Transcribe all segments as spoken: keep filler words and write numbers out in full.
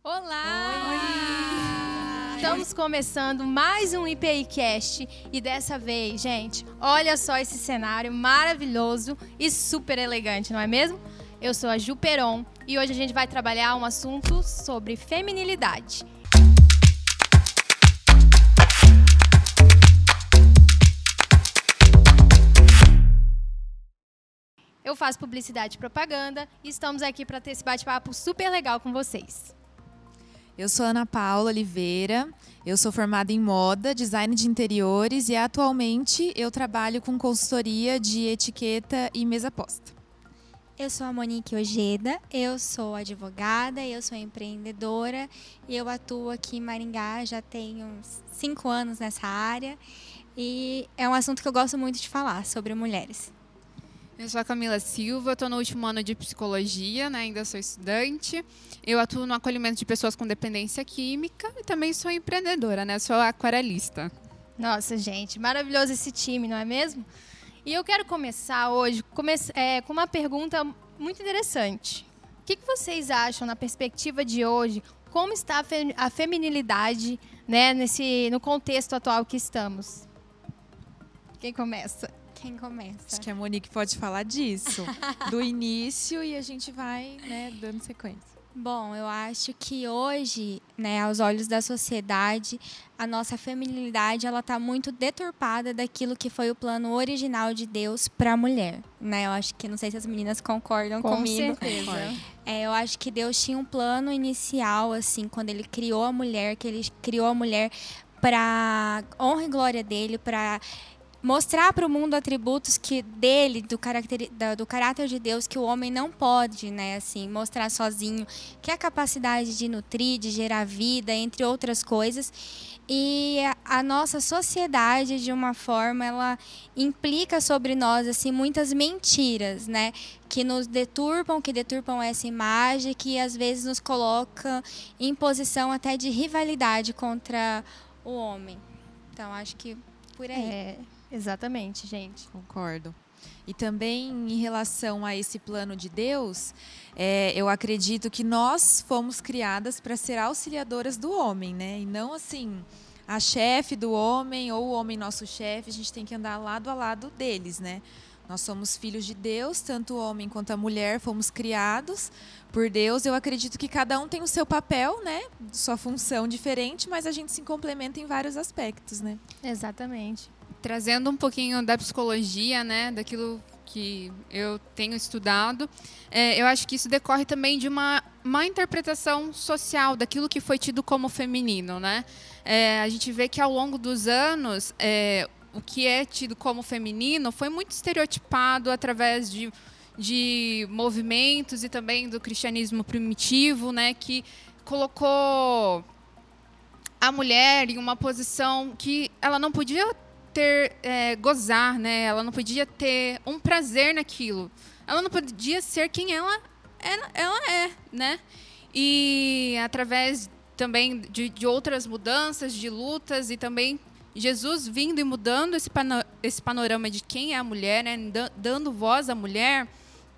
Olá! Oi! Estamos começando mais um IPIcast e dessa vez, gente, olha só esse cenário maravilhoso e super elegante, não é mesmo? Eu sou a Ju Peron e hoje a gente vai trabalhar um assunto sobre feminilidade. Eu faço publicidade e propaganda e estamos aqui para ter esse bate-papo super legal com vocês. Eu sou Ana Paula Oliveira, eu sou formada em moda, design de interiores e atualmente eu trabalho com consultoria de etiqueta e mesa posta. Eu sou a Monique Ojeda, eu sou advogada, eu sou empreendedora e eu atuo aqui em Maringá, já tenho uns cinco anos nessa área e é um assunto que eu gosto muito de falar, sobre mulheres. Eu sou a Camila Silva, estou no último ano de psicologia, né? Ainda sou estudante. Eu atuo no acolhimento de pessoas com dependência química e também sou empreendedora, né? Sou aquarelista. Nossa, gente, maravilhoso esse time, não é mesmo? E eu quero começar hoje come- é, com uma pergunta muito interessante. O que, que vocês acham, na perspectiva de hoje, como está a, fe- a feminilidade, né, nesse, no contexto atual que estamos? Quem começa? Quem começa? Acho que a Monique pode falar disso, do início, e a gente vai, né, dando sequência. Bom, eu acho que hoje, né, aos olhos da sociedade, a nossa feminilidade ela está muito deturpada daquilo que foi o plano original de Deus para a mulher, né? Eu acho que não sei se as meninas concordam Com comigo. certeza. É, eu acho que Deus tinha um plano inicial, assim, quando Ele criou a mulher, que Ele criou a mulher para honra e glória dele, para mostrar para o mundo atributos que dele, do caráter, do caráter de Deus, que o homem não pode, né, assim, mostrar sozinho, que é a capacidade de nutrir, de gerar vida, entre outras coisas. E a, a nossa sociedade, de uma forma, ela implica sobre nós assim muitas mentiras, né, que nos deturpam, que deturpam essa imagem, que às vezes nos coloca em posição até de rivalidade contra o homem. Então, acho que por aí. É, exatamente, gente. Concordo. E também em relação a esse plano de Deus, é, eu acredito que nós fomos criadas para ser auxiliadoras do homem, né? E não assim, a chefe do homem ou o homem nosso chefe, a gente tem que andar lado a lado deles, né? Nós somos filhos de Deus, tanto o homem quanto a mulher fomos criados por Deus. Eu acredito que cada um tem o seu papel, né? Sua função diferente, mas a gente se complementa em vários aspectos, né? Exatamente. Trazendo um pouquinho da psicologia, né? Daquilo que eu tenho estudado, é, eu acho que isso decorre também de uma má interpretação social daquilo que foi tido como feminino, né? É, a gente vê que ao longo dos anos, é, o que é tido como feminino foi muito estereotipado através de, de movimentos e também do cristianismo primitivo, né, que colocou a mulher em uma posição que ela não podia ter, é, gozar, né, ela não podia ter um prazer naquilo, ela não podia ser quem ela, ela, ela é, né? E através também de, de outras mudanças, de lutas e também Jesus vindo e mudando esse, pano, esse panorama de quem é a mulher, né, dando voz à mulher,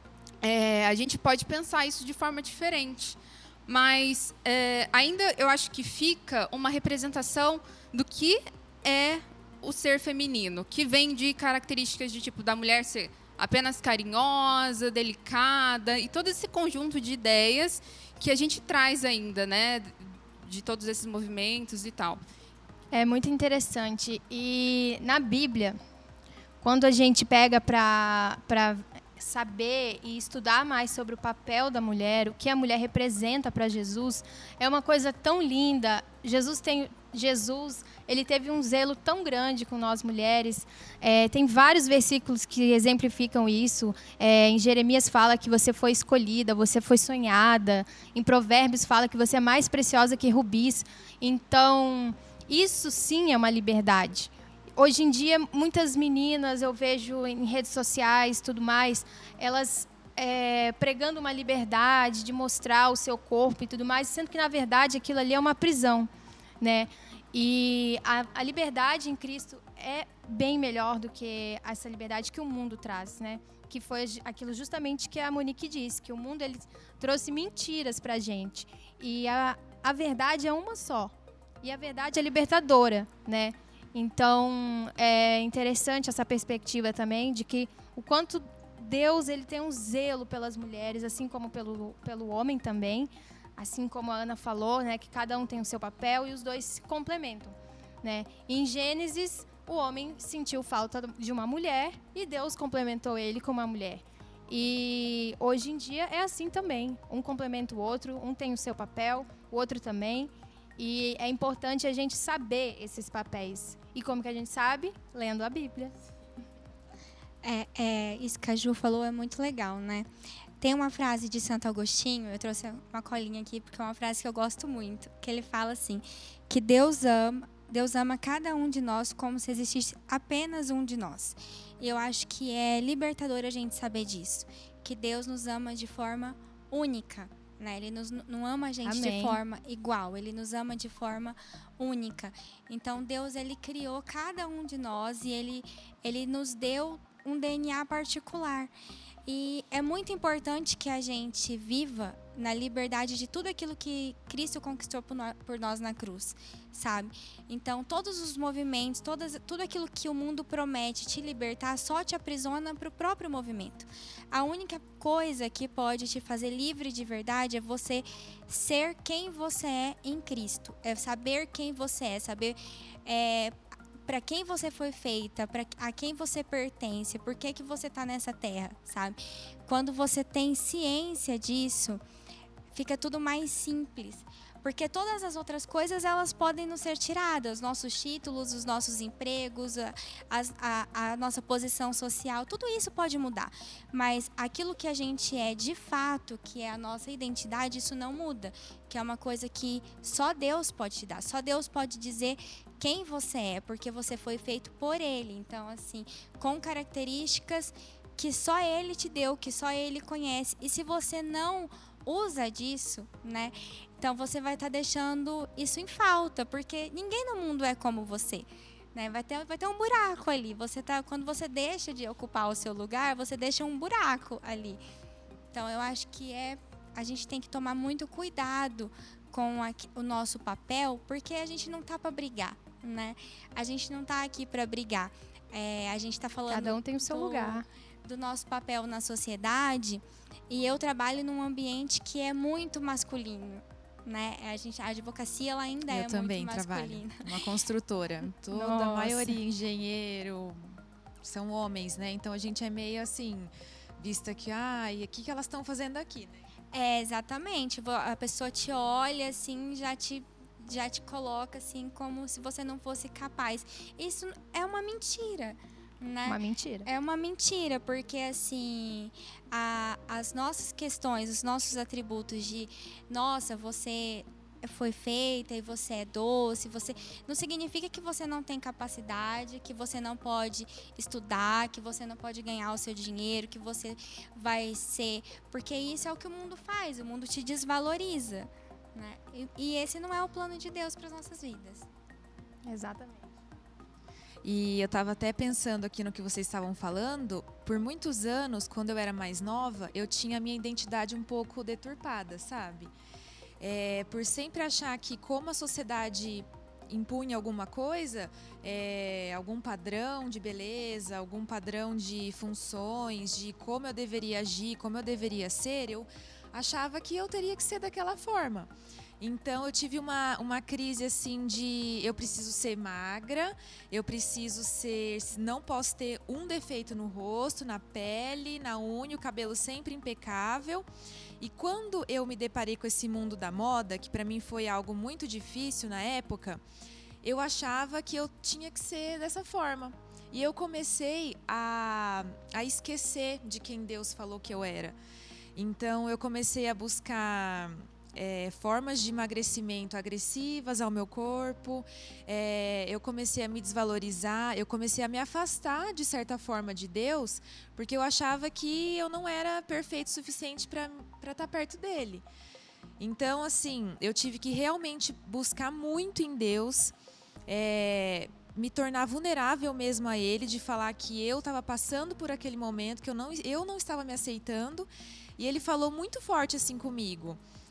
é, a gente pode pensar isso de forma diferente. Mas é, ainda eu acho que fica uma representação do que é o ser feminino, que vem de características de tipo da mulher ser apenas carinhosa, delicada e todo esse conjunto de ideias que a gente traz ainda, né, de todos esses movimentos e tal. É muito interessante. E na Bíblia, quando a gente pega para para saber e estudar mais sobre o papel da mulher, o que a mulher representa para Jesus, é uma coisa tão linda. Jesus tem Jesus, ele teve um zelo tão grande com nós mulheres. É, tem vários versículos que exemplificam isso. É, em Jeremias fala que você foi escolhida, você foi sonhada. Em Provérbios fala que você é mais preciosa que rubis. Então, isso sim é uma liberdade. Hoje em dia, muitas meninas, eu vejo em redes sociais, tudo mais, elas é, pregando uma liberdade de mostrar o seu corpo e tudo mais, sendo que, na verdade, aquilo ali é uma prisão, né? E a, a liberdade em Cristo é bem melhor do que essa liberdade que o mundo traz, né? Que foi aquilo justamente que a Monique disse, que o mundo ele trouxe mentiras para a gente. E a, a verdade é uma só. E a verdade é libertadora, né? Então, é interessante essa perspectiva também de que o quanto Deus ele tem um zelo pelas mulheres, assim como pelo, pelo homem também. Assim como a Ana falou, né? Que cada um tem o seu papel e os dois se complementam, né? Em Gênesis, o homem sentiu falta de uma mulher e Deus complementou ele com uma mulher. E hoje em dia é assim também. Um complementa o outro, um tem o seu papel, o outro também. E é importante a gente saber esses papéis. E como que a gente sabe? Lendo a Bíblia. É, é, isso que a Ju falou é muito legal, né? Tem uma frase de Santo Agostinho, eu trouxe uma colinha aqui porque é uma frase que eu gosto muito, que ele fala assim, que Deus ama, Deus ama cada um de nós como se existisse apenas um de nós. E eu acho que é libertador a gente saber disso, que Deus nos ama de forma única, né? Ele nos, não ama a gente Amém. de forma igual, ele nos ama de forma única. Então Deus ele criou cada um de nós e ele, ele nos deu um D N A particular. E é muito importante que a gente viva na liberdade de tudo aquilo que Cristo conquistou por nós na cruz, sabe? Então, todos os movimentos, todas, tudo aquilo que o mundo promete te libertar, só te aprisiona para o próprio movimento. A única coisa que pode te fazer livre de verdade é você ser quem você é em Cristo. É saber quem você é, saber... É, para quem você foi feita, para a quem você pertence, por que que você está nessa terra, sabe? Quando você tem ciência disso, fica tudo mais simples. Porque todas as outras coisas, elas podem nos ser tiradas. Os nossos títulos, os nossos empregos, a, a, a nossa posição social, tudo isso pode mudar. Mas aquilo que a gente é de fato, que é a nossa identidade, isso não muda. Que é uma coisa que só Deus pode te dar. Só Deus pode dizer quem você é, porque você foi feito por Ele. Então, assim, com características que só Ele te deu, que só Ele conhece. E se você não usa disso, né? Então você vai estar tá deixando isso em falta, porque ninguém no mundo é como você, né? Vai ter, vai ter um buraco ali. Você tá, quando você deixa de ocupar o seu lugar, você deixa um buraco ali. Então eu acho que é, a gente tem que tomar muito cuidado com a, o nosso papel, porque a gente não tá para brigar, né? A gente não tá aqui para brigar. É, a gente tá falando. Cada um tem o seu do, lugar. do nosso papel na sociedade, e eu trabalho num ambiente que é muito masculino, né? A gente, a advocacia ela ainda eu é também muito masculina. trabalho uma construtora, toda Nossa. a maioria engenheiro, são homens, né? Então a gente é meio assim, vista que, ah, e o que que elas estão fazendo aqui, né? É, exatamente. A pessoa te olha assim, já te já te coloca assim como se você não fosse capaz. Isso é uma mentira, né? Uma mentira. É uma mentira, porque assim, a, as nossas questões, os nossos atributos de, nossa, você foi feita e você é doce, você não significa que você não tem capacidade, que você não pode estudar, que você não pode ganhar o seu dinheiro, que você vai ser, porque isso é o que o mundo faz, o mundo te desvaloriza, né? E, e esse não é o plano de Deus para as nossas vidas. Exatamente. E eu estava até pensando aqui no que vocês estavam falando. Por muitos anos, quando eu era mais nova, eu tinha a minha identidade um pouco deturpada, sabe? É, por sempre achar que como a sociedade impunha alguma coisa, é, algum padrão de beleza, algum padrão de funções, de como eu deveria agir, como eu deveria ser, eu achava que eu teria que ser daquela forma. Então eu tive uma, uma crise assim de eu preciso ser magra, eu preciso ser, não posso ter um defeito no rosto, na pele, na unha, o cabelo sempre impecável. E quando eu me deparei com esse mundo da moda, que para mim foi algo muito difícil na época, eu achava que eu tinha que ser dessa forma. E eu comecei a, a esquecer de quem Deus falou que eu era. Então eu comecei a buscar é, formas de emagrecimento agressivas ao meu corpo, é, eu comecei a me desvalorizar, eu comecei a me afastar de certa forma de Deus, porque eu achava que eu não era perfeito o suficiente para para estar perto dele. Então, assim, eu tive que realmente buscar muito em Deus, é, me tornar vulnerável mesmo a Ele, de falar que eu estava passando por aquele momento, que eu não, eu não estava me aceitando. E Ele falou muito forte assim comigo.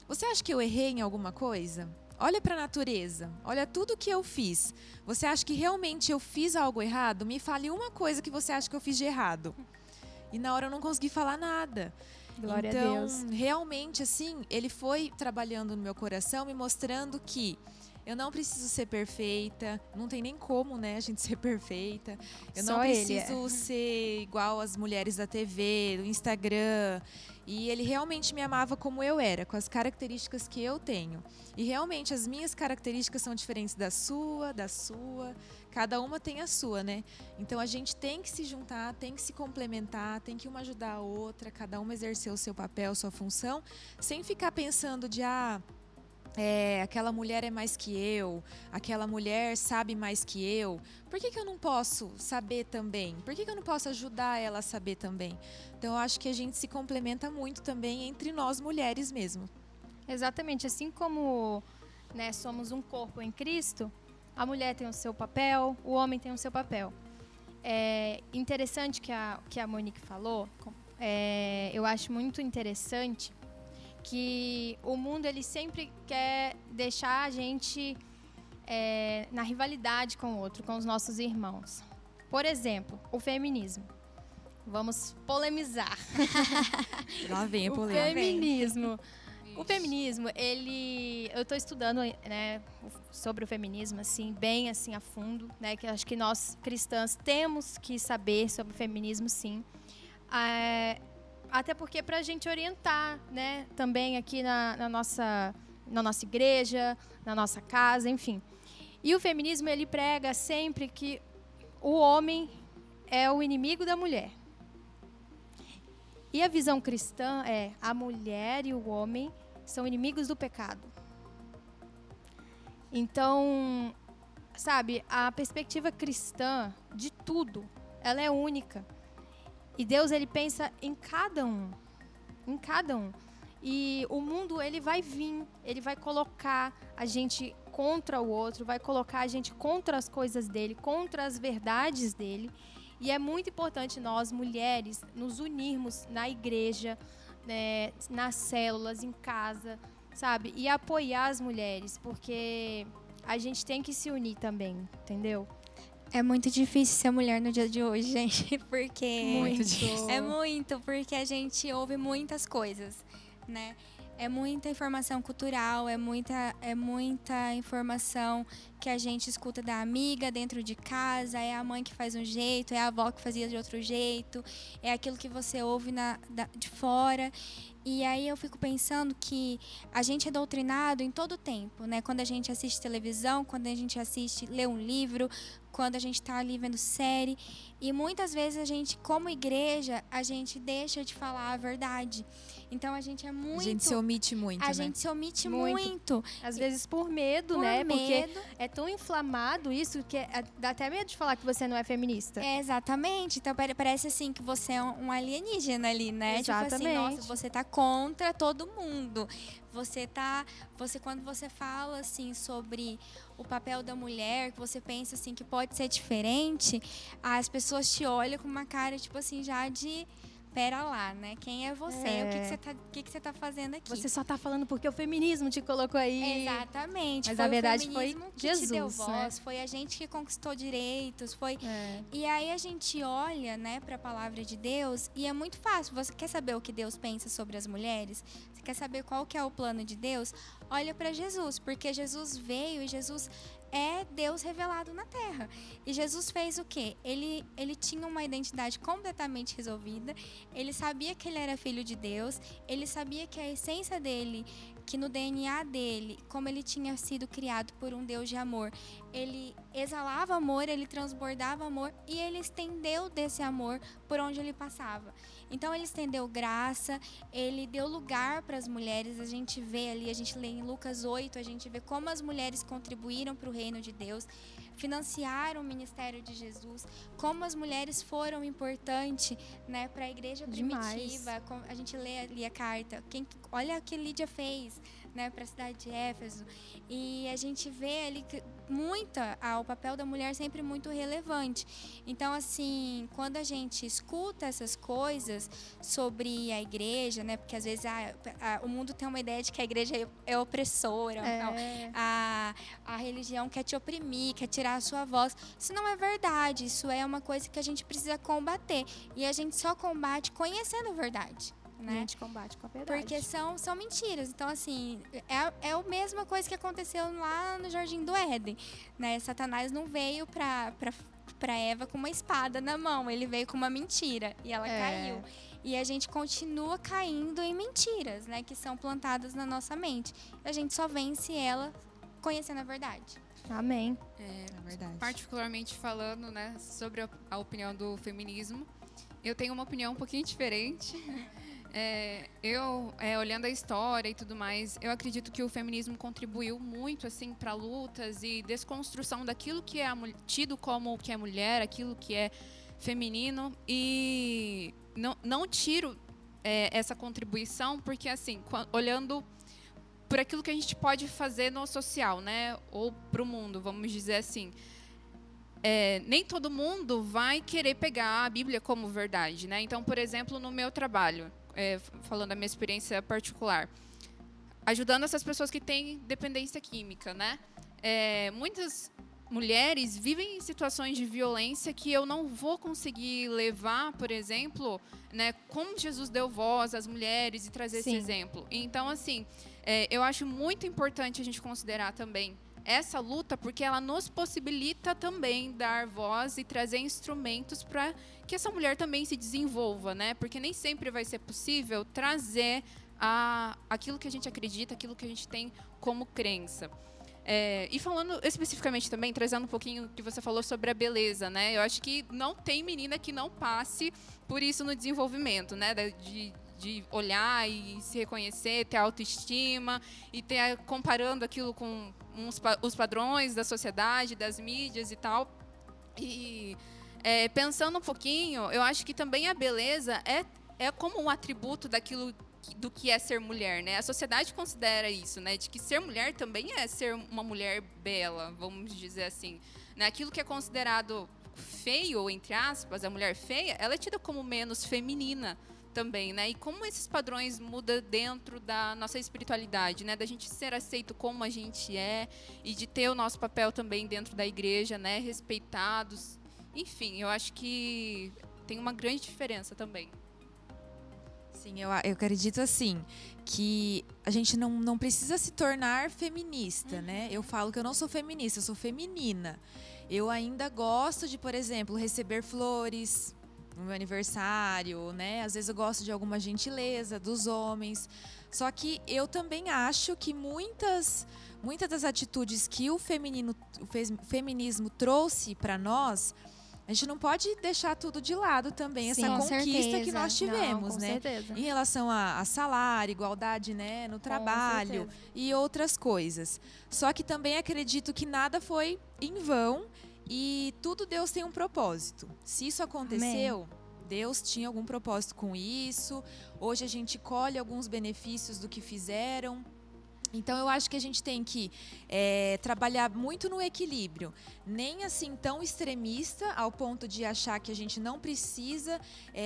Você acha que eu errei em alguma coisa? Olha para a natureza, olha tudo que eu fiz. Você acha que realmente eu fiz algo errado? Me fale uma coisa que você acha que eu fiz de errado. E na hora eu não consegui falar nada. Glória então, a Deus. realmente, assim, ele foi trabalhando no meu coração, me mostrando que eu não preciso ser perfeita, não tem nem como, né, a gente ser perfeita. Eu Só não ele preciso é. ser igual as mulheres da T V, do Instagram. E ele realmente me amava como eu era, com as características que eu tenho. E realmente as minhas características são diferentes da sua, da sua. Cada uma tem a sua, né? Então a gente tem que se juntar, tem que se complementar, tem que uma ajudar a outra, cada uma exercer o seu papel, sua função, sem ficar pensando de, ah, É, aquela mulher é mais que eu, aquela mulher sabe mais que eu. Por que que eu não posso saber também? Por que que eu não posso ajudar ela a saber também? Então, eu acho que a gente se complementa muito também entre nós mulheres mesmo. Exatamente, assim como, né, somos um corpo em Cristo, a mulher tem o seu papel, o homem tem o seu papel. É interessante que a, que a Monique falou, é, eu acho muito interessante que o mundo ele sempre quer deixar a gente é, na rivalidade com o outro, com os nossos irmãos. Por exemplo, o feminismo. Vamos polemizar. Lá vem a O polêmica. feminismo. O feminismo, ele, eu estou estudando, né, sobre o feminismo assim, bem assim a fundo, né, que eu acho que nós cristãs temos que saber sobre o feminismo, sim. É, até porque para a gente orientar, né, também aqui na, na nossa, na nossa igreja, na nossa casa, enfim. E o feminismo ele prega sempre que o homem é o inimigo da mulher. E a visão cristã é a mulher e o homem são inimigos do pecado. Então, sabe, a perspectiva cristã de tudo, ela é única. E Deus, ele pensa em cada um, em cada um. E o mundo, ele vai vir, ele vai colocar a gente contra o outro, vai colocar a gente contra as coisas dele, contra as verdades dele. E é muito importante nós, mulheres, nos unirmos na igreja, né, nas células, em casa, sabe? E apoiar as mulheres, porque a gente tem que se unir também, entendeu? É muito difícil ser mulher no dia de hoje, gente, porque... Muito difícil. É muito, porque a gente ouve muitas coisas, né? É muita informação cultural, é muita, é muita informação que a gente escuta da amiga dentro de casa, é a mãe que faz um jeito, é a avó que fazia de outro jeito, é aquilo que você ouve na, da, de fora. E aí eu fico pensando que a gente é doutrinado em todo o tempo, né? Quando a gente assiste televisão, quando a gente assiste, lê um livro, quando a gente está ali vendo série. E muitas vezes a gente, como igreja, a gente deixa de falar a verdade. Então a gente é muito... A gente se omite muito, A né? gente se omite Muito. muito. Às vezes por medo, Por né? medo. Porque é tão inflamado isso que é- dá até medo de falar que você não é feminista. É, exatamente. Então pare- parece assim que você é um um alienígena ali, né? Tipo assim, Exatamente. nossa, você tá contra todo mundo. Você tá, você quando você fala assim sobre o papel da mulher, que você pensa assim que pode ser diferente, as pessoas te olham com uma cara tipo assim já de pera lá, né? Quem é você? É. O que que você tá, o que que você tá fazendo aqui? Você só tá falando porque o feminismo te colocou aí. Exatamente. Mas foi na verdade o foi feminismo que Jesus, te deu né? voz, foi a gente que conquistou direitos, foi. É. E aí a gente olha, né, para a palavra de Deus e é muito fácil. Você quer saber o que Deus pensa sobre as mulheres? Você quer saber qual que é o plano de Deus? Olha para Jesus, porque Jesus veio e Jesus é Deus revelado na Terra. E Jesus fez o quê? Ele, ele tinha uma identidade completamente resolvida. Ele sabia que ele era filho de Deus. Ele sabia que a essência dele, que no D N A dele, como ele tinha sido criado por um Deus de amor, ele exalava amor, ele transbordava amor e ele estendeu desse amor por onde ele passava. Então ele estendeu graça, ele deu lugar para as mulheres. A gente vê ali, a gente lê em Lucas oito, a gente vê como as mulheres contribuíram para o reino de Deus, financiaram o ministério de Jesus, como as mulheres foram importantes, né, para a igreja primitiva. Demais. A gente lê ali a carta, quem, olha o que Lídia fez, né, para a cidade de Éfeso, e a gente vê ali que muita, o papel da mulher sempre muito relevante. Então, assim, quando a gente escuta essas coisas sobre a igreja, né? Porque às vezes a, a, o mundo tem uma ideia de que a igreja é, é opressora, É. a, a religião quer te oprimir, quer tirar a sua voz. Isso não é verdade, isso é uma coisa que a gente precisa combater. E a gente só combate conhecendo a verdade. Né? A gente combate com a verdade. Porque são, são mentiras. Então, assim, é, é a mesma coisa que aconteceu lá no Jardim do Éden. Né? Satanás não veio pra, pra, pra Eva com uma espada na mão. Ele veio com uma mentira. E ela É. caiu. E a gente continua caindo em mentiras, né? Que são plantadas na nossa mente. A gente só vence ela conhecendo a verdade. Amém. É verdade. Particularmente falando, né, sobre a, a opinião do feminismo, eu tenho uma opinião um pouquinho diferente. É, eu, é, olhando a história e tudo mais, eu acredito que o feminismo contribuiu muito assim para lutas e desconstrução daquilo que é tido como o que é mulher, aquilo que é feminino, e não, não tiro é, essa contribuição porque, assim, olhando por aquilo que a gente pode fazer no social, né, ou para o mundo, vamos dizer assim, É, nem todo mundo vai querer pegar a Bíblia como verdade, né? Então, por exemplo, no meu trabalho, é, falando da minha experiência particular, ajudando essas pessoas que têm dependência química, né? É, muitas mulheres vivem em situações de violência que eu não vou conseguir levar, por exemplo, né, como Jesus deu voz às mulheres e trazer Sim. esse exemplo. Então, assim, é, eu acho muito importante a gente considerar também essa luta, porque ela nos possibilita também dar voz e trazer instrumentos para que essa mulher também se desenvolva, né? Porque nem sempre vai ser possível trazer a, aquilo que a gente acredita, aquilo que a gente tem como crença. É, e falando especificamente também, trazendo um pouquinho o que você falou sobre a beleza, né? Eu acho que não tem menina que não passe por isso no desenvolvimento, né? De, de olhar e se reconhecer, ter autoestima e ter comparando aquilo com uns, os padrões da sociedade, das mídias e tal. E é, pensando um pouquinho, eu acho que também a beleza é, é como um atributo daquilo do que é ser mulher, né? A sociedade considera isso, né? De que ser mulher também é ser uma mulher bela, vamos dizer assim. Né? Aquilo que é considerado feio, entre aspas, a mulher feia, ela é tida como menos feminina também, né? E como esses padrões mudam dentro da nossa espiritualidade, né? Da gente ser aceito como a gente é e de ter o nosso papel também dentro da igreja, né? Respeitados. Enfim, eu acho que tem uma grande diferença também. Sim, eu, eu acredito assim, que a gente não, não precisa se tornar feminista, uhum. né? Eu falo que eu não sou feminista, eu sou feminina. Eu ainda gosto de, por exemplo, receber flores no meu aniversário, né? Às vezes eu gosto de alguma gentileza dos homens. Só que eu também acho que muitas, muitas das atitudes que o, feminino, o feminismo trouxe para nós, a gente não pode deixar tudo de lado também, Sim, essa com conquista certeza. que nós tivemos, não, com né? certeza. Em relação a, a salário, igualdade, né, no trabalho e outras coisas. Só que também acredito que nada foi em vão e tudo Deus tem um propósito. Se isso aconteceu, Amém. Deus tinha algum propósito com isso. Hoje a gente colhe alguns benefícios do que fizeram. Então, eu acho que a gente tem que é, trabalhar muito no equilíbrio. Nem assim tão extremista ao ponto de achar que a gente não precisa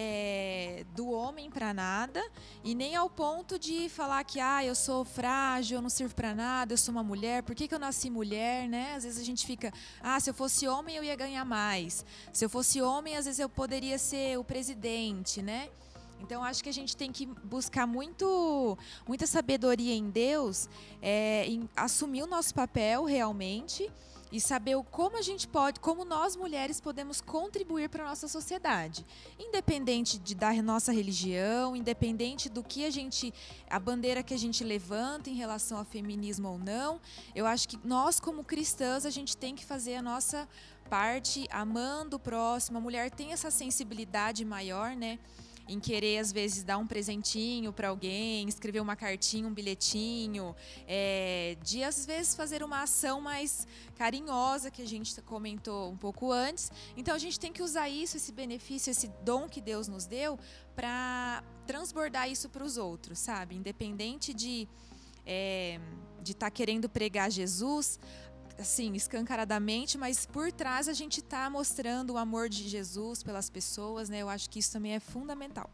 é, do homem para nada. E nem ao ponto de falar que ah, eu sou frágil, eu não sirvo para nada, eu sou uma mulher. Por que, que eu nasci mulher, né? Às vezes a gente fica, ah, se eu fosse homem eu ia ganhar mais. Se eu fosse homem, às vezes eu poderia ser o presidente, né? Então, acho que a gente tem que buscar muito, muita sabedoria em Deus, é, em assumir o nosso papel realmente e saber como a gente pode, como nós mulheres podemos contribuir para a nossa sociedade. Independente de, da nossa religião, independente do que a gente, a bandeira que a gente levanta em relação ao feminismo ou não, eu acho que nós, como cristãs, a gente tem que fazer a nossa parte amando o próximo. A mulher tem essa sensibilidade maior, né? Em querer, às vezes, dar um presentinho para alguém, escrever uma cartinha, um bilhetinho, é, de, às vezes, fazer uma ação mais carinhosa, que a gente comentou um pouco antes. Então, a gente tem que usar isso, esse benefício, esse dom que Deus nos deu, para transbordar isso para os outros, sabe? Independente de é, de estar querendo pregar Jesus, assim, escancaradamente, mas por trás a gente está mostrando o amor de Jesus pelas pessoas, né? Eu acho que isso também é fundamental.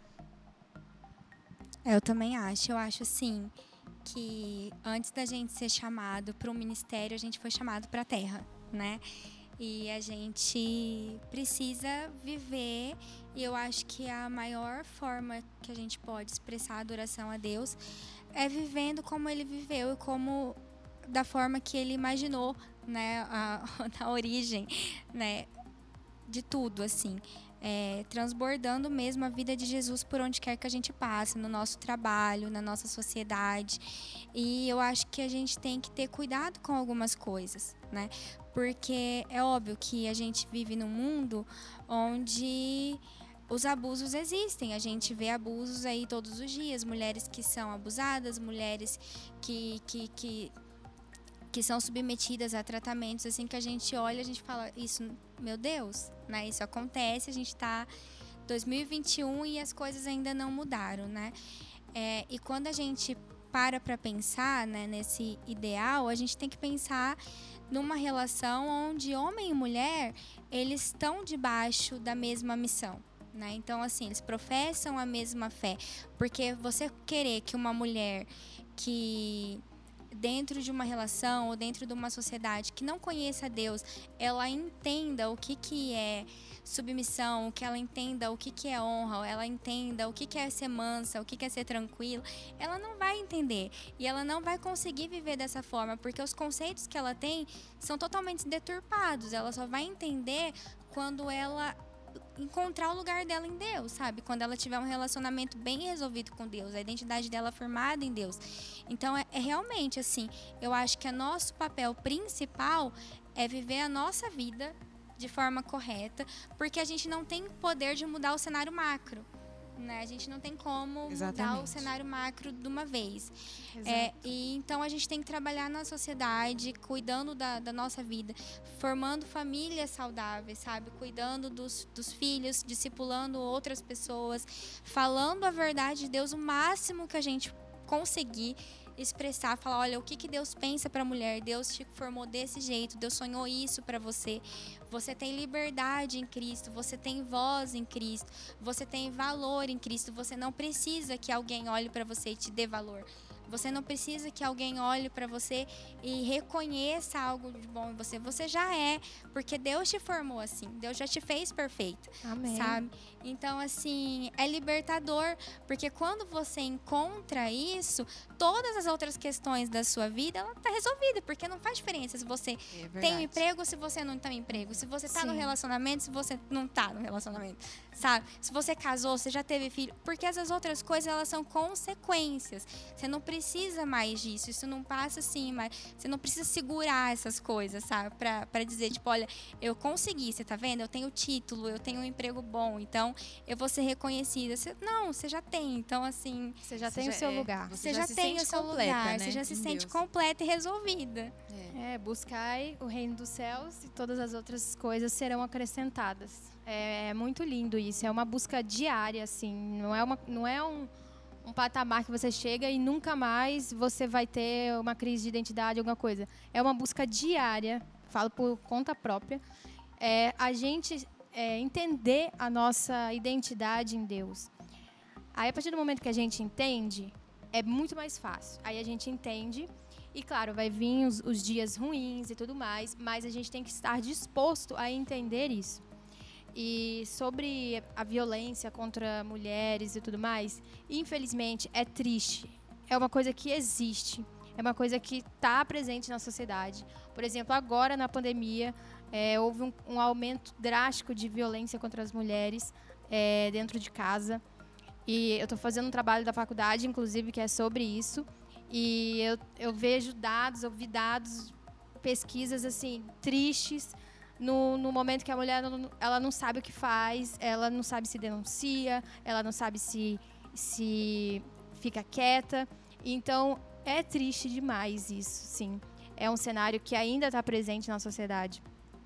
Eu também acho. Eu acho, assim, que antes da gente ser chamado para o ministério, a gente foi chamado para a terra, né? E a gente precisa viver, e eu acho que a maior forma que a gente pode expressar a adoração a Deus é vivendo como Ele viveu e como da forma que Ele imaginou, né, a, na origem, né, de tudo, assim. É, transbordando mesmo a vida de Jesus por onde quer que a gente passe, no nosso trabalho, na nossa sociedade. E eu acho que a gente tem que ter cuidado com algumas coisas, né? Porque é óbvio que a gente vive num mundo onde os abusos existem. A gente vê abusos aí todos os dias, mulheres que são abusadas, mulheres que... que, que que são submetidas a tratamentos assim que a gente olha, a gente fala, isso, meu Deus, né? Isso acontece, a gente está em dois mil e vinte e um e as coisas ainda não mudaram, né? É, e quando a gente para para pensar, né, nesse ideal, a gente tem que pensar numa relação onde homem e mulher, eles estão debaixo da mesma missão. Né? Então, assim, eles professam a mesma fé. Porque você querer que uma mulher que dentro de uma relação ou dentro de uma sociedade que não conheça Deus, ela entenda o que, que é submissão, que ela entenda o que, que é honra, ela entenda o que, que é ser mansa, o que, que é ser tranquila, ela não vai entender. E ela não vai conseguir viver dessa forma, porque os conceitos que ela tem são totalmente deturpados. Ela só vai entender quando ela encontrar o lugar dela em Deus, sabe? Quando ela tiver um relacionamento bem resolvido com Deus, a identidade dela firmada em Deus. Então, é, é realmente assim, eu acho que o nosso papel principal é viver a nossa vida de forma correta, porque a gente não tem poder de mudar o cenário macro, né? A gente não tem como Exatamente. mudar o cenário macro de uma vez. É, e então a gente tem que trabalhar na sociedade, cuidando da, da nossa vida, formando famílias saudáveis, sabe? Cuidando dos, dos filhos, discipulando outras pessoas, falando a verdade de Deus o máximo que a gente conseguir expressar, falar, olha, o que, que Deus pensa para a mulher, Deus te formou desse jeito, Deus sonhou isso para você, você tem liberdade em Cristo, você tem voz em Cristo, você tem valor em Cristo, você não precisa que alguém olhe para você e te dê valor. Você não precisa que alguém olhe para você e reconheça algo de bom em você. Você já é, porque Deus te formou assim. Deus já te fez perfeita. Amém. Sabe? Então, assim, é libertador, porque quando você encontra isso, todas as outras questões da sua vida, ela tá resolvida, porque não faz diferença se você É tem um emprego ou se você não tem um emprego. Se você tá Sim. no relacionamento, se você não tá no relacionamento. Sabe? Se você casou, você já teve filho. Porque essas outras coisas, elas são consequências. Você não precisa precisa mais disso, isso não passa assim, mas você não precisa segurar essas coisas, sabe? Pra, pra dizer, tipo, olha, eu consegui, você tá vendo? Eu tenho título, eu tenho um emprego bom, então eu vou ser reconhecida. Você, não, você já tem, então assim... Você já Você tem já o seu é, lugar. Você já se tem sente o seu completa, lugar, né, você já se em sente Deus. completa e resolvida. É. É, buscai o reino dos céus e todas as outras coisas serão acrescentadas. É, é muito lindo isso, é uma busca diária, assim, não é, uma, não é um... um patamar que você chega e nunca mais você vai ter uma crise de identidade, alguma coisa. É uma busca diária, falo por conta própria, é a gente é, entender a nossa identidade em Deus. Aí, a partir do momento que a gente entende, é muito mais fácil. Aí a gente entende e, claro, vai vir os, os dias ruins e tudo mais, mas a gente tem que estar disposto a entender isso. E sobre a violência contra mulheres e tudo mais, infelizmente é triste. É uma coisa que existe, é uma coisa que está presente na sociedade. Por exemplo, agora na pandemia, é, houve um, um aumento drástico de violência contra as mulheres é, dentro de casa. E eu estou fazendo um trabalho da faculdade, inclusive, que é sobre isso. E eu, eu vejo dados, eu vi dados, pesquisas assim, tristes. No, no momento que a mulher não, ela não sabe o que faz, ela não sabe se denuncia, ela não sabe se, se fica quieta. Então, é triste demais isso, sim. É um cenário que ainda está presente na sociedade.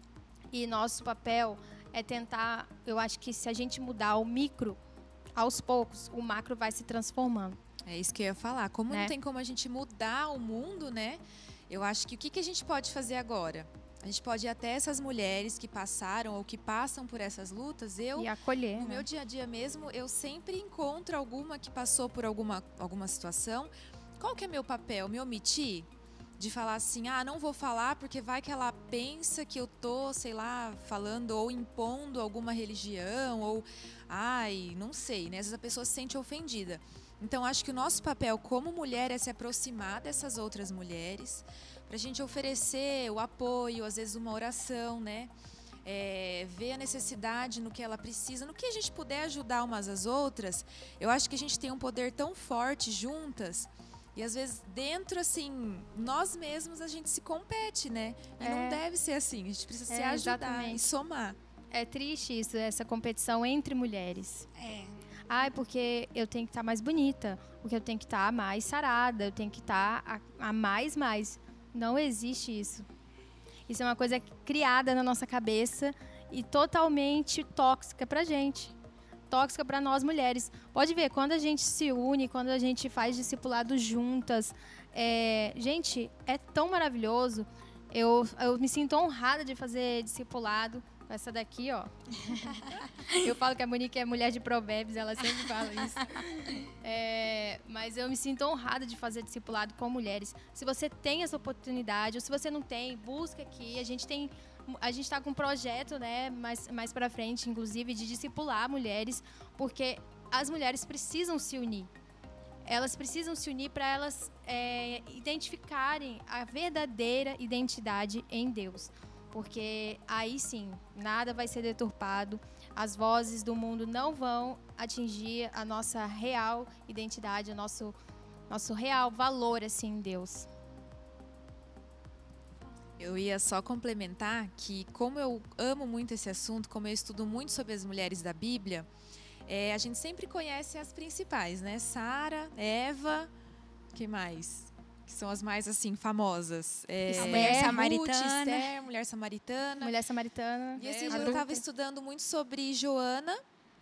E nosso papel é tentar, eu acho que se a gente mudar o micro, aos poucos, o macro vai se transformando. É isso que eu ia falar. Como Né? não tem como a gente mudar o mundo, né? Eu acho que o que, que a gente pode fazer agora? A gente pode ir até essas mulheres que passaram ou que passam por essas lutas. Eu, E acolher, no né? meu dia a dia mesmo, eu sempre encontro alguma que passou por alguma, alguma situação. Qual que é meu papel? Me omitir? De falar assim, ah, não vou falar porque vai que ela pensa que eu tô, sei lá, falando ou impondo alguma religião ou, ai, não sei, né? Às vezes a pessoa se sente ofendida. Então, acho que o nosso papel como mulher é se aproximar dessas outras mulheres, para a gente oferecer o apoio, às vezes uma oração, né? É, ver a necessidade no que ela precisa, no que a gente puder ajudar umas às outras. Eu acho que a gente tem um poder tão forte juntas. E às vezes dentro, assim, nós mesmos a gente se compete, né? E É. não deve ser assim. A gente precisa É, se ajudar exatamente. e somar. É triste isso, essa competição entre mulheres. É. Ai, porque eu tenho que estar mais bonita, porque eu tenho que estar mais sarada, eu tenho que estar a, a mais, mais. Não existe isso. Isso é uma coisa criada na nossa cabeça e totalmente tóxica pra gente. Tóxica para nós mulheres. Pode ver, quando a gente se une, quando a gente faz discipulado juntas, é, gente, é tão maravilhoso. Eu, eu me sinto honrada de fazer discipulado com essa daqui, ó. Eu falo que a Monique é mulher de provérbios, ela sempre fala isso. É, mas eu me sinto honrada de fazer discipulado com mulheres. Se você tem essa oportunidade, ou se você não tem, busca aqui. A gente tem, a gente está com um projeto, né, mais, mais para frente, inclusive, de discipular mulheres, porque as mulheres precisam se unir. Elas precisam se unir para elas é, identificarem a verdadeira identidade em Deus. Porque aí sim, nada vai ser deturpado, as vozes do mundo não vão atingir a nossa real identidade, o nosso, nosso real valor assim, em Deus. Eu ia só complementar que, como eu amo muito esse assunto, como eu estudo muito sobre as mulheres da Bíblia, é, a gente sempre conhece as principais, né? Sara, Eva, que mais? Que são as mais, assim, famosas. É, A mulher Ruth, samaritana. Esther, mulher samaritana. Mulher samaritana. E esse é, dia eu adulta. estava estudando muito sobre Joana.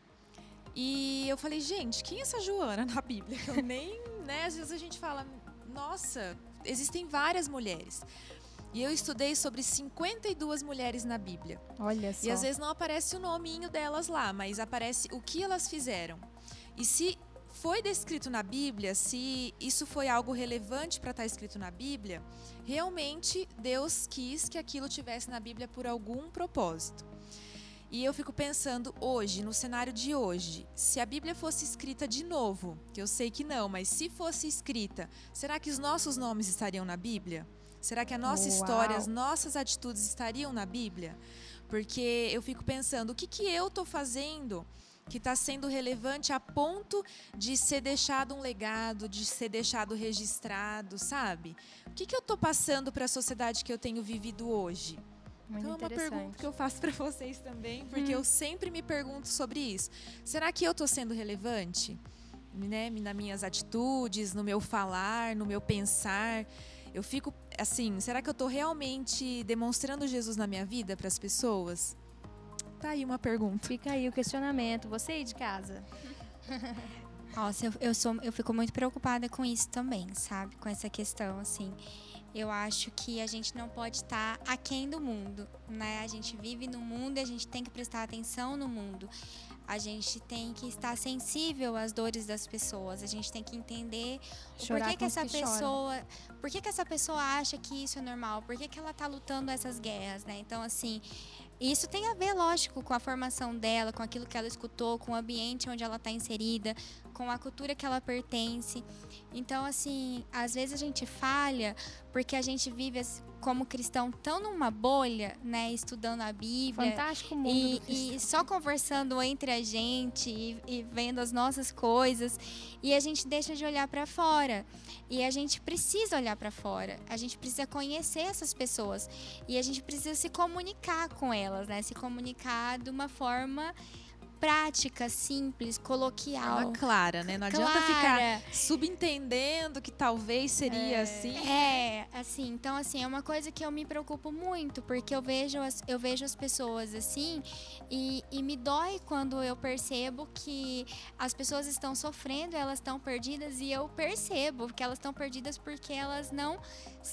E eu falei, gente, quem é essa Joana na Bíblia? Eu nem, né? Às vezes a gente fala, nossa, existem várias mulheres. E eu estudei sobre cinquenta e duas mulheres na Bíblia. Olha só. E às vezes não aparece o nominho delas lá, mas aparece o que elas fizeram. E se foi descrito na Bíblia, se isso foi algo relevante para estar escrito na Bíblia, realmente Deus quis que aquilo tivesse na Bíblia por algum propósito. E eu fico pensando hoje, no cenário de hoje, se a Bíblia fosse escrita de novo, que eu sei que não, mas se fosse escrita, será que os nossos nomes estariam na Bíblia? Será que a nossa Uau. história, as nossas atitudes estariam na Bíblia? Porque eu fico pensando, o que, que eu estou fazendo que está sendo relevante a ponto de ser deixado um legado, de ser deixado registrado, sabe? O que, que eu estou passando para a sociedade que eu tenho vivido hoje? Muito Então é uma interessante. pergunta que eu faço para vocês também, porque Hum. eu sempre me pergunto sobre isso. Será que eu estou sendo relevante, né, nas minhas atitudes, no meu falar, no meu pensar? Eu fico assim, será que eu estou realmente demonstrando Jesus na minha vida para as pessoas? Tá aí uma pergunta. Fica aí o questionamento. Você aí de casa? Nossa, eu, eu, sou, eu fico muito preocupada com isso também, sabe? Com essa questão, assim. Eu acho que a gente não pode estar aquém do mundo, né? A gente vive no mundo e a gente tem que prestar atenção no mundo. A gente tem que estar sensível às dores das pessoas. A gente tem que entender o Chorar porquê que com os essa que choram. pessoa, por que que essa pessoa acha que isso é normal? Por que que ela tá lutando essas guerras, né? Então, assim, isso tem a ver, lógico, com a formação dela, com aquilo que ela escutou, com o ambiente onde ela está inserida, com a cultura que ela pertence. Então, assim, às vezes a gente falha porque a gente vive como cristão tão numa bolha, né? Estudando a Bíblia. Fantástico mundo E, do cristão. e só conversando entre a gente e, e vendo as nossas coisas. E a gente deixa de olhar para fora. E a gente precisa olhar para fora. A gente precisa conhecer essas pessoas. E a gente precisa se comunicar com elas, né? Se comunicar de uma forma prática, simples, coloquial. Uma clara, né? Não adianta Clara. ficar subentendendo que talvez seria É, assim. É, assim, então assim, é uma coisa que eu me preocupo muito, porque eu vejo as, eu vejo as pessoas assim, e, e me dói quando eu percebo que as pessoas estão sofrendo, elas estão perdidas, e eu percebo que elas estão perdidas porque elas não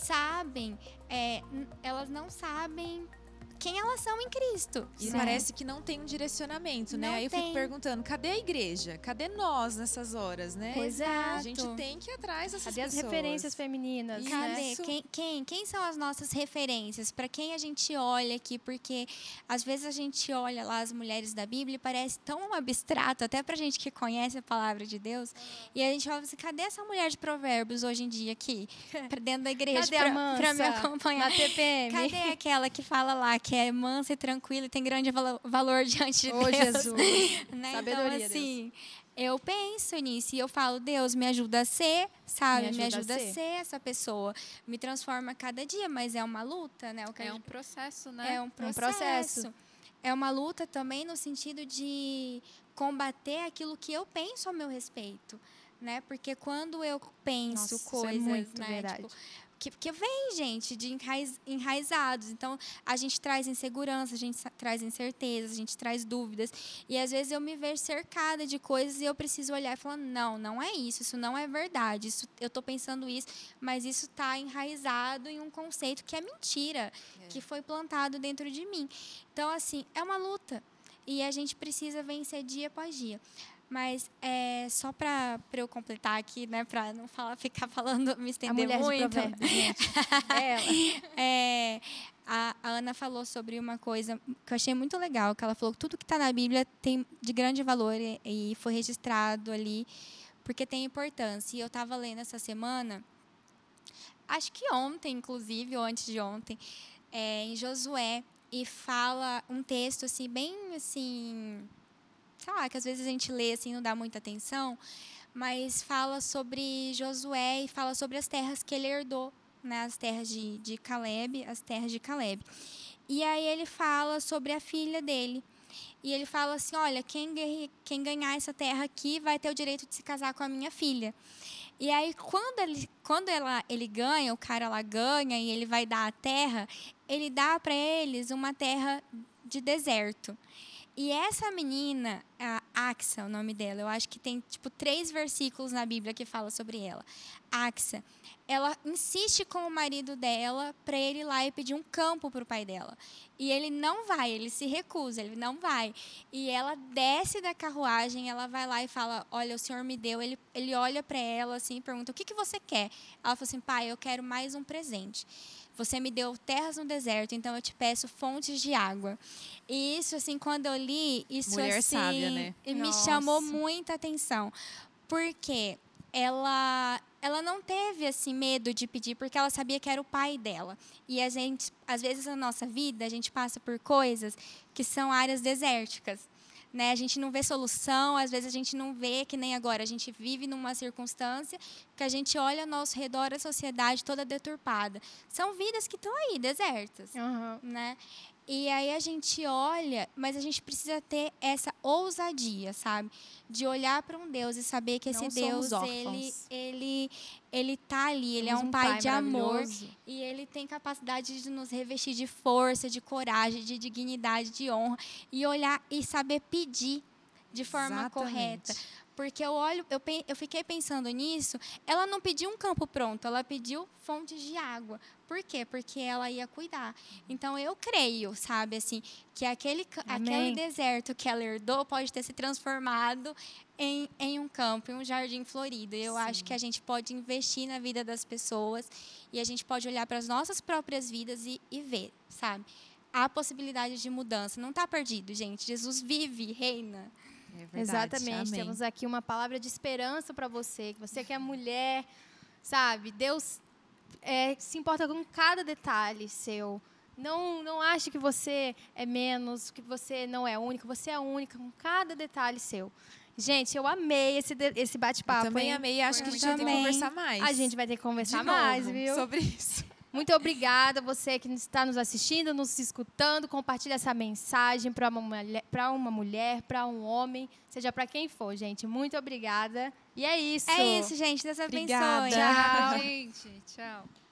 sabem, é, n- elas não sabem quem elas são em Cristo. E né? parece que não tem um direcionamento, né? Não Aí eu tem. fico perguntando, cadê a igreja? Cadê nós nessas horas, né? Exato. A gente tem que ir atrás dessas Cadê as pessoas. referências femininas? Isso. Cadê? Né? Quem, quem, quem são as nossas referências? Para quem a gente olha aqui? Porque às vezes a gente olha lá as mulheres da Bíblia e parece tão abstrato, até pra gente que conhece a palavra de Deus. E a gente fala assim, cadê essa mulher de provérbios hoje em dia aqui? Pra dentro da igreja, Cadê pra, a mansa pra me acompanhar. na T P M? Cadê aquela que fala lá que é mansa e tranquila e tem grande valo- valor diante de Ô, Deus? Jesus. Né? Sabedoria, então, assim, eu penso nisso e eu falo, Deus, me ajuda a ser, sabe? Me ajuda, a, ser. essa pessoa. Me transforma a cada dia, mas é uma luta, né? O que a É um gente- processo, né? é um processo. processo. É uma luta também no sentido de combater aquilo que eu penso ao meu respeito, né? Porque quando eu penso Nossa, isso é coisas, muito né? verdade. Tipo, que, que vem, gente, de enraiz, enraizados. Então, a gente traz insegurança, a gente sa- traz incertezas, a gente traz dúvidas. E, às vezes, eu me vejo cercada de coisas e eu preciso olhar e falar, não, não é isso, isso não é verdade. Isso, eu estou pensando isso, mas isso está enraizado em um conceito que é mentira, que foi plantado dentro de mim. Então, assim, é uma luta. E a gente precisa vencer dia após dia. Mas é, só para eu completar aqui, né, para não falar, ficar falando, me A estender mulher de muito. provérbios, gente. É ela. É, a, a Ana falou sobre uma coisa que eu achei muito legal, que ela falou que tudo que está na Bíblia tem de grande valor e, e foi registrado ali porque tem importância. E eu estava lendo essa semana, acho que ontem, inclusive, ou antes de ontem, é, em Josué, e fala um texto assim bem assim, sei lá, que às vezes a gente lê assim, não dá muita atenção, mas fala sobre Josué e fala sobre as terras que ele herdou, né, as terras de, de Caleb, as terras de Caleb. E aí ele fala sobre a filha dele. E ele fala assim, olha, quem, guerre- quem ganhar essa terra aqui vai ter o direito de se casar com a minha filha. E aí, quando ele, quando ela, ele ganha, o cara lá ganha e ele vai dar a terra, ele dá para eles uma terra de deserto. E essa menina, a Axa, o nome dela, eu acho que tem tipo três versículos na Bíblia que fala sobre ela. Axa, ela insiste com o marido dela para ele ir lá e pedir um campo para o pai dela. E ele não vai, ele se recusa, ele não vai. E ela desce da carruagem, ela vai lá e fala, olha, o Senhor me deu. Ele, ele olha para ela assim e pergunta, o que, que você quer? Ela fala assim, pai, eu quero mais um presente. Você me deu terras no deserto, então eu te peço fontes de água. E isso, assim, quando eu li, isso Mulher assim, sábia, né? me Nossa. chamou muita atenção. Porque ela, ela não teve, assim, medo de pedir, porque ela sabia que era o pai dela. E a gente, às vezes, na nossa vida, a gente passa por coisas que são áreas desérticas. Né? A gente não vê solução, às vezes a gente não vê, que nem agora, a gente vive numa circunstância que a gente olha ao nosso redor, a sociedade toda deturpada. São vidas que estão aí, desertas. Aham. Né? E aí a gente olha, mas a gente precisa ter essa ousadia, sabe? De olhar para um Deus e saber que esse Não Deus, somos ele, órfãos. ele, ele tá ali, ele é Temos um, um pai, pai de amor. maravilhoso. E ele tem capacidade de nos revestir de força, de coragem, de dignidade, de honra. E olhar e saber pedir de forma Exatamente. correta. Porque eu olho, eu, pe- eu fiquei pensando nisso, ela não pediu um campo pronto, ela pediu fontes de água. Por quê? Porque ela ia cuidar. Então eu creio, sabe, assim, que aquele, ca- Amém. aquele deserto que ela herdou pode ter se transformado em, em um campo, em um jardim florido. E eu Sim. acho que a gente pode investir na vida das pessoas e a gente pode olhar para as nossas próprias vidas e, e ver, sabe? Há possibilidade de mudança. Não está perdido, gente. Jesus vive, reina. É verdade, Exatamente. amém. Temos aqui uma palavra de esperança para você, que você que é mulher, sabe? Deus é, se importa com cada detalhe seu. Não, não ache que você é menos, que você não é única. Você é única com cada detalhe seu. Gente, eu amei esse, de- esse Eu bate-papo. também hein? amei e acho que a gente vai ter que Também. conversar mais. A gente vai ter que De conversar novo mais, viu? sobre isso. Muito obrigada, você que está nos assistindo, nos escutando. Compartilhe essa mensagem para uma mulher, para uma mulher, para um homem, seja para quem for, gente. Muito obrigada. E é isso. É isso, gente. Deus abençoe. Obrigada. Tchau, gente. Tchau.